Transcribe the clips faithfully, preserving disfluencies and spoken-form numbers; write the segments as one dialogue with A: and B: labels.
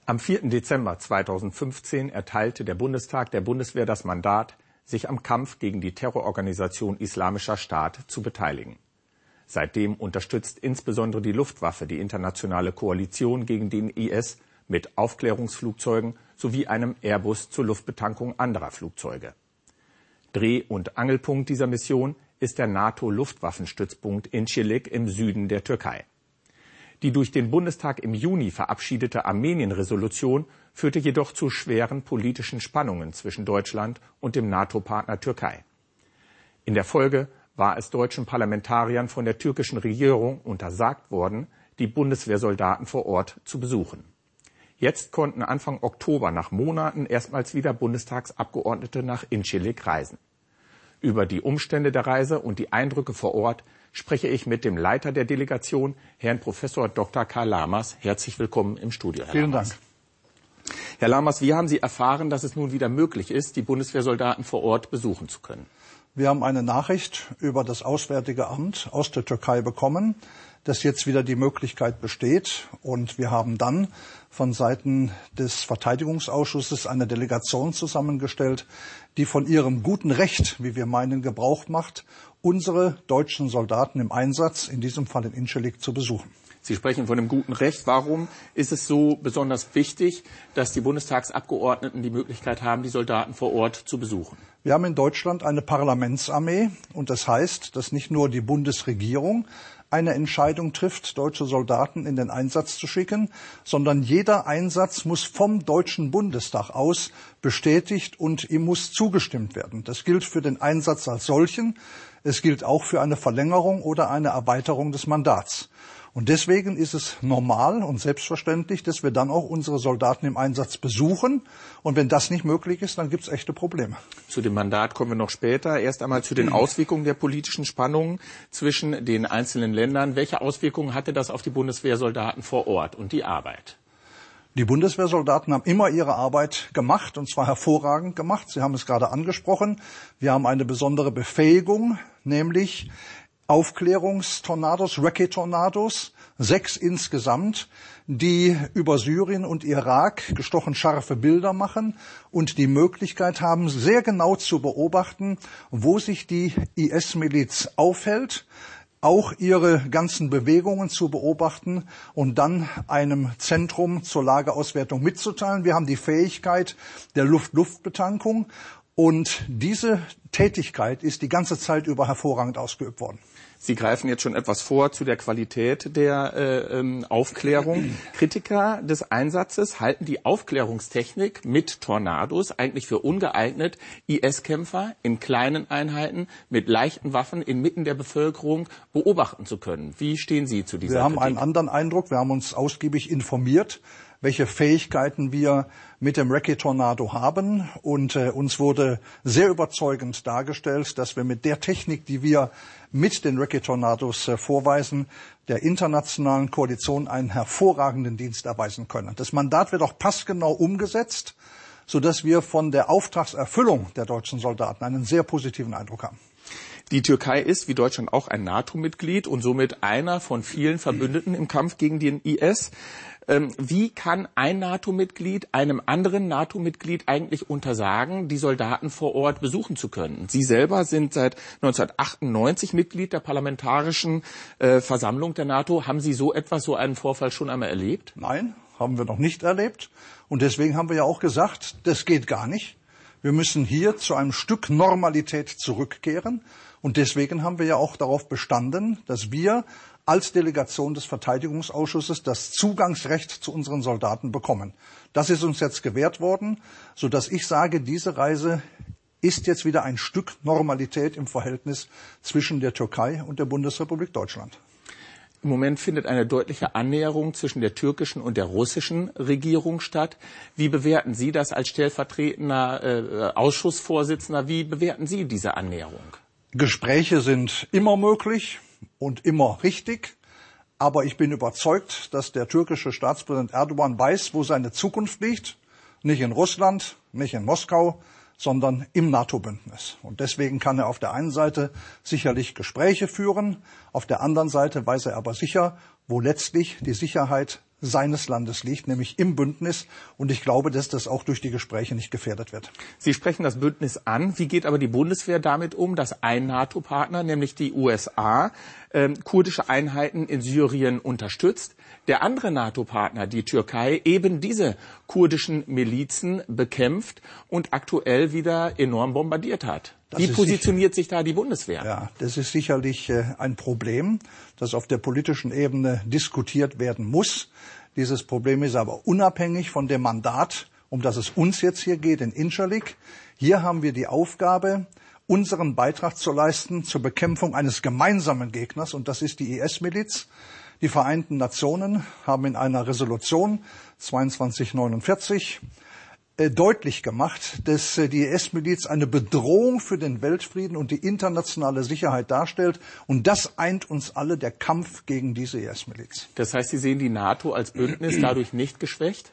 A: Am vierten Dezember zweitausendfünfzehn erteilte der Bundestag der Bundeswehr das Mandat, sich am Kampf gegen die Terrororganisation Islamischer Staat zu beteiligen. Seitdem unterstützt insbesondere die Luftwaffe die internationale Koalition gegen den I S mit Aufklärungsflugzeugen sowie einem Airbus zur Luftbetankung anderer Flugzeuge. Dreh- und Angelpunkt dieser Mission ist der NATO-Luftwaffenstützpunkt Incirlik im Süden der Türkei. Die durch den Bundestag im Juni verabschiedete Armenien-Resolution führte jedoch zu schweren politischen Spannungen zwischen Deutschland und dem NATO-Partner Türkei. In der Folge war es deutschen Parlamentariern von der türkischen Regierung untersagt worden, die Bundeswehrsoldaten vor Ort zu besuchen. Jetzt konnten Anfang Oktober nach Monaten erstmals wieder Bundestagsabgeordnete nach Incirlik reisen. Über die Umstände der Reise und die Eindrücke vor Ort spreche ich mit dem Leiter der Delegation, Herrn Professor Doktor Karl Lamers. Herzlich willkommen im Studio, Herr
B: Vielen
A: Lamers.
B: Dank.
A: Herr Lamers, wie haben Sie erfahren, dass es nun wieder möglich ist, die Bundeswehrsoldaten vor Ort besuchen zu können?
B: Wir haben eine Nachricht über das Auswärtige Amt aus der Türkei bekommen, dass jetzt wieder die Möglichkeit besteht. Und wir haben dann von Seiten des Verteidigungsausschusses eine Delegation zusammengestellt, die von ihrem guten Recht, wie wir meinen, Gebrauch macht, unsere deutschen Soldaten im Einsatz, in diesem Fall in Incirlik, zu besuchen.
A: Sie sprechen von dem guten Recht. Warum ist es so besonders wichtig, dass die Bundestagsabgeordneten die Möglichkeit haben, die Soldaten vor Ort zu besuchen?
B: Wir haben in Deutschland eine Parlamentsarmee und das heißt, dass nicht nur die Bundesregierung eine Entscheidung trifft, deutsche Soldaten in den Einsatz zu schicken, sondern jeder Einsatz muss vom Deutschen Bundestag aus bestätigt und ihm muss zugestimmt werden. Das gilt für den Einsatz als solchen. Es gilt auch für eine Verlängerung oder eine Erweiterung des Mandats. Und deswegen ist es normal und selbstverständlich, dass wir dann auch unsere Soldaten im Einsatz besuchen. Und wenn das nicht möglich ist, dann gibt es echte Probleme.
A: Zu dem Mandat kommen wir noch später. Erst einmal zu den Auswirkungen der politischen Spannungen zwischen den einzelnen Ländern. Welche Auswirkungen hatte das auf die Bundeswehrsoldaten vor Ort und die Arbeit?
B: Die Bundeswehrsoldaten haben immer ihre Arbeit gemacht, und zwar hervorragend gemacht. Sie haben es gerade angesprochen. Wir haben eine besondere Befähigung, nämlich Aufklärungstornados, Recce-Tornados, sechs insgesamt, die über Syrien und Irak gestochen scharfe Bilder machen und die Möglichkeit haben, sehr genau zu beobachten, wo sich die I S-Miliz aufhält, auch ihre ganzen Bewegungen zu beobachten und dann einem Zentrum zur Lageauswertung mitzuteilen. Wir haben die Fähigkeit der Luft-Luft-Betankung und diese Tätigkeit ist die ganze Zeit über hervorragend ausgeübt worden.
A: Sie greifen jetzt schon etwas vor zu der Qualität der äh, ähm, Aufklärung. Kritiker des Einsatzes halten die Aufklärungstechnik mit Tornados eigentlich für ungeeignet, I S-Kämpfer in kleinen Einheiten mit leichten Waffen inmitten der Bevölkerung beobachten zu können. Wie stehen Sie zu dieser
B: Wir haben
A: Kritik?
B: einen anderen Eindruck. Wir haben uns ausgiebig informiert, welche Fähigkeiten wir mit dem Recce-Tornado haben. Und äh, uns wurde sehr überzeugend dargestellt, dass wir mit der Technik, die wir mit den Recce-Tornados äh, vorweisen, der internationalen Koalition einen hervorragenden Dienst erweisen können. Das Mandat wird auch passgenau umgesetzt, sodass wir von der Auftragserfüllung der deutschen Soldaten einen sehr positiven Eindruck haben.
A: Die Türkei ist, wie Deutschland auch, ein NATO-Mitglied und somit einer von vielen Verbündeten im Kampf gegen den I S. Ähm, wie kann ein NATO-Mitglied einem anderen NATO-Mitglied eigentlich untersagen, die Soldaten vor Ort besuchen zu können? Sie selber sind seit neunzehnhundertachtundneunzig Mitglied der Parlamentarischen äh, Versammlung der NATO. Haben Sie so etwas, so einen Vorfall schon einmal erlebt?
B: Nein, haben wir noch nicht erlebt. Und deswegen haben wir ja auch gesagt, das geht gar nicht. Wir müssen hier zu einem Stück Normalität zurückkehren. Und deswegen haben wir ja auch darauf bestanden, dass wir als Delegation des Verteidigungsausschusses das Zugangsrecht zu unseren Soldaten bekommen. Das ist uns jetzt gewährt worden, sodass ich sage, diese Reise ist jetzt wieder ein Stück Normalität im Verhältnis zwischen der Türkei und der Bundesrepublik Deutschland.
A: Im Moment findet eine deutliche Annäherung zwischen der türkischen und der russischen Regierung statt. Wie bewerten Sie das als stellvertretender äh, Ausschussvorsitzender? Wie bewerten Sie diese Annäherung?
B: Gespräche sind immer möglich und immer richtig. Aber ich bin überzeugt, dass der türkische Staatspräsident Erdogan weiß, wo seine Zukunft liegt. Nicht in Russland, nicht in Moskau, sondern im NATO-Bündnis. Und deswegen kann er auf der einen Seite sicherlich Gespräche führen, auf der anderen Seite weiß er aber sicher, wo letztlich die Sicherheit seines Landes liegt, nämlich im Bündnis. Und ich glaube, dass das auch durch die Gespräche nicht gefährdet wird.
A: Sie sprechen das Bündnis an. Wie geht aber die Bundeswehr damit um, dass ein NATO-Partner, nämlich die U S A, äh, kurdische Einheiten in Syrien unterstützt? Der andere NATO-Partner, die Türkei, eben diese kurdischen Milizen bekämpft und aktuell wieder enorm bombardiert hat. Das Wie positioniert sich da die Bundeswehr?
B: Ja, das ist sicherlich äh, ein Problem, das auf der politischen Ebene diskutiert werden muss. Dieses Problem ist aber unabhängig von dem Mandat, um das es uns jetzt hier geht, in Incirlik. Hier haben wir die Aufgabe, unseren Beitrag zu leisten zur Bekämpfung eines gemeinsamen Gegners, und das ist die I S-Miliz. Die Vereinten Nationen haben in einer Resolution zweiundzwanzig neunundvierzig äh, deutlich gemacht, dass äh, die I S-Miliz eine Bedrohung für den Weltfrieden und die internationale Sicherheit darstellt. Und das eint uns alle, der Kampf gegen diese I S-Miliz.
A: Das heißt, Sie sehen die NATO als Bündnis dadurch nicht geschwächt?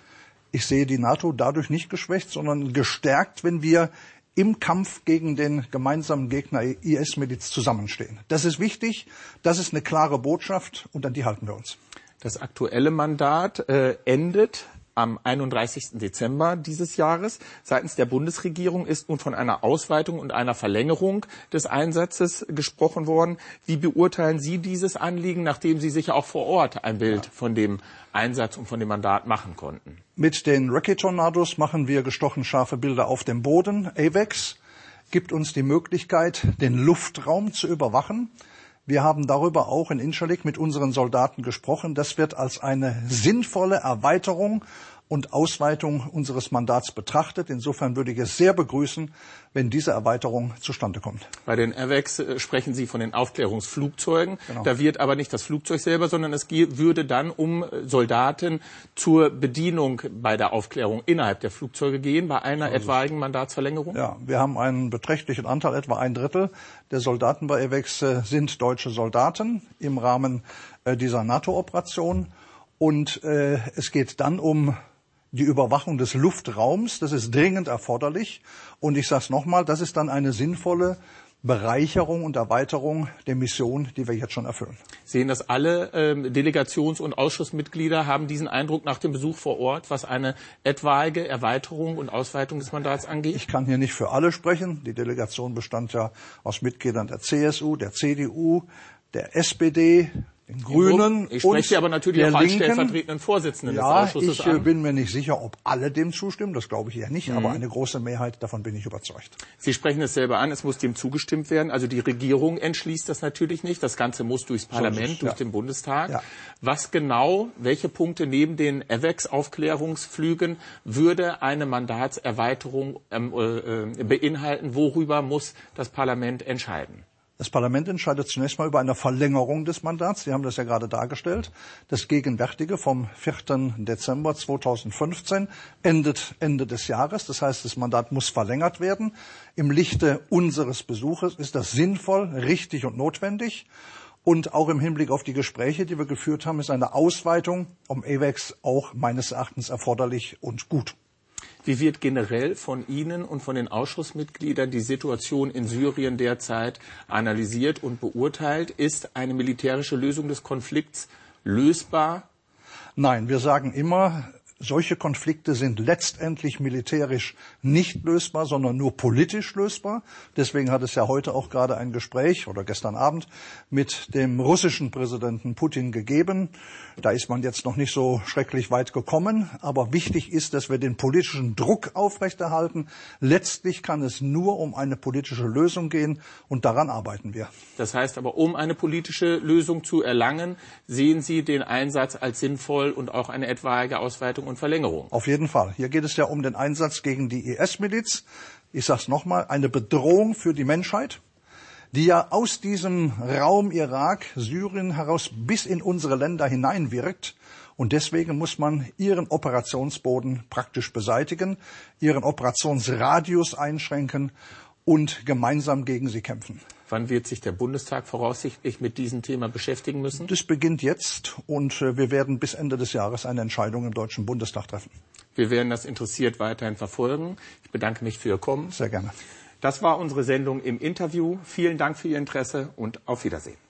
B: Ich sehe die NATO dadurch nicht geschwächt, sondern gestärkt, wenn wir im Kampf gegen den gemeinsamen Gegner I S-Miliz zusammenstehen. Das ist wichtig, das ist eine klare Botschaft und an die halten wir uns.
A: Das aktuelle Mandat äh, endet am einunddreißigsten Dezember dieses Jahres. Seitens der Bundesregierung ist nun von einer Ausweitung und einer Verlängerung des Einsatzes gesprochen worden. Wie beurteilen Sie dieses Anliegen, nachdem Sie sich auch vor Ort ein Bild ja. von dem Einsatz und von dem Mandat machen konnten?
B: Mit den Racket-Tornados machen wir gestochen scharfe Bilder auf dem Boden. AWACS gibt uns die Möglichkeit, den Luftraum zu überwachen. Wir haben darüber auch in Incirlik mit unseren Soldaten gesprochen. Das wird als eine sinnvolle Erweiterung und Ausweitung unseres Mandats betrachtet. Insofern würde ich es sehr begrüßen, wenn diese Erweiterung zustande kommt.
A: Bei den AWACS äh, sprechen Sie von den Aufklärungsflugzeugen. Genau. Da wird aber nicht das Flugzeug selber, sondern es würde dann um Soldaten zur Bedienung bei der Aufklärung innerhalb der Flugzeuge gehen, bei einer also etwaigen Mandatsverlängerung?
B: Ja, wir haben einen beträchtlichen Anteil, etwa ein Drittel der Soldaten bei AWACS äh, sind deutsche Soldaten im Rahmen äh, dieser NATO-Operation. Und äh, es geht dann um die Überwachung des Luftraums. Das ist dringend erforderlich. Und ich sage es nochmal, das ist dann eine sinnvolle Bereicherung und Erweiterung der Mission, die wir jetzt schon erfüllen.
A: Sehen das alle ähm, Delegations- und Ausschussmitglieder, haben diesen Eindruck nach dem Besuch vor Ort, was eine etwaige Erweiterung und Ausweitung des Mandats angeht?
B: Ich kann hier nicht für alle sprechen. Die Delegation bestand ja aus Mitgliedern der C S U, der C D U, der S P D, den Grünen.
A: Ich spreche aber natürlich auch als stellvertretenden Vorsitzenden
B: ja,
A: des Ausschusses
B: ich
A: an.
B: bin mir nicht sicher, ob alle dem zustimmen. Das glaube ich eher nicht. Mhm. Aber eine große Mehrheit, davon bin ich überzeugt.
A: Sie sprechen es selber an, es muss dem zugestimmt werden. Also die Regierung entschließt das natürlich nicht. Das Ganze muss durchs Parlament, so es, durch ja. den Bundestag. Ja. Was genau, welche Punkte neben den AWACS-Aufklärungsflügen würde eine Mandatserweiterung ähm, äh, beinhalten? Worüber muss das Parlament entscheiden?
B: Das Parlament entscheidet zunächst mal über eine Verlängerung des Mandats. Sie haben das ja gerade dargestellt. Das gegenwärtige vom vierten Dezember zweitausendfünfzehn endet Ende des Jahres. Das heißt, das Mandat muss verlängert werden. Im Lichte unseres Besuches ist das sinnvoll, richtig und notwendig. Und auch im Hinblick auf die Gespräche, die wir geführt haben, ist eine Ausweitung um AWACS auch meines Erachtens erforderlich und gut.
A: Wie wird generell von Ihnen und von den Ausschussmitgliedern die Situation in Syrien derzeit analysiert und beurteilt? Ist eine militärische Lösung des Konflikts lösbar?
B: Nein, wir sagen immer, solche Konflikte sind letztendlich militärisch nicht lösbar, sondern nur politisch lösbar. Deswegen hat es ja heute auch gerade ein Gespräch oder gestern Abend mit dem russischen Präsidenten Putin gegeben. Da ist man jetzt noch nicht so schrecklich weit gekommen. Aber wichtig ist, dass wir den politischen Druck aufrechterhalten. Letztlich kann es nur um eine politische Lösung gehen und daran arbeiten wir.
A: Das heißt aber, um eine politische Lösung zu erlangen, sehen Sie den Einsatz als sinnvoll und auch eine etwaige Ausweitung und Verlängerung?
B: Auf jeden Fall. Hier geht es ja um den Einsatz gegen die I S-Miliz. Ich sage es nochmal, eine Bedrohung für die Menschheit, die ja aus diesem Raum Irak, Syrien heraus bis in unsere Länder hineinwirkt. Und deswegen muss man ihren Operationsboden praktisch beseitigen, ihren Operationsradius einschränken und gemeinsam gegen sie kämpfen.
A: Wann wird sich der Bundestag voraussichtlich mit diesem Thema beschäftigen müssen?
B: Das beginnt jetzt und wir werden bis Ende des Jahres eine Entscheidung im Deutschen Bundestag treffen.
A: Wir werden das interessiert weiterhin verfolgen. Ich bedanke mich für Ihr Kommen.
B: Sehr gerne.
A: Das war unsere Sendung im Interview. Vielen Dank für Ihr Interesse und auf Wiedersehen.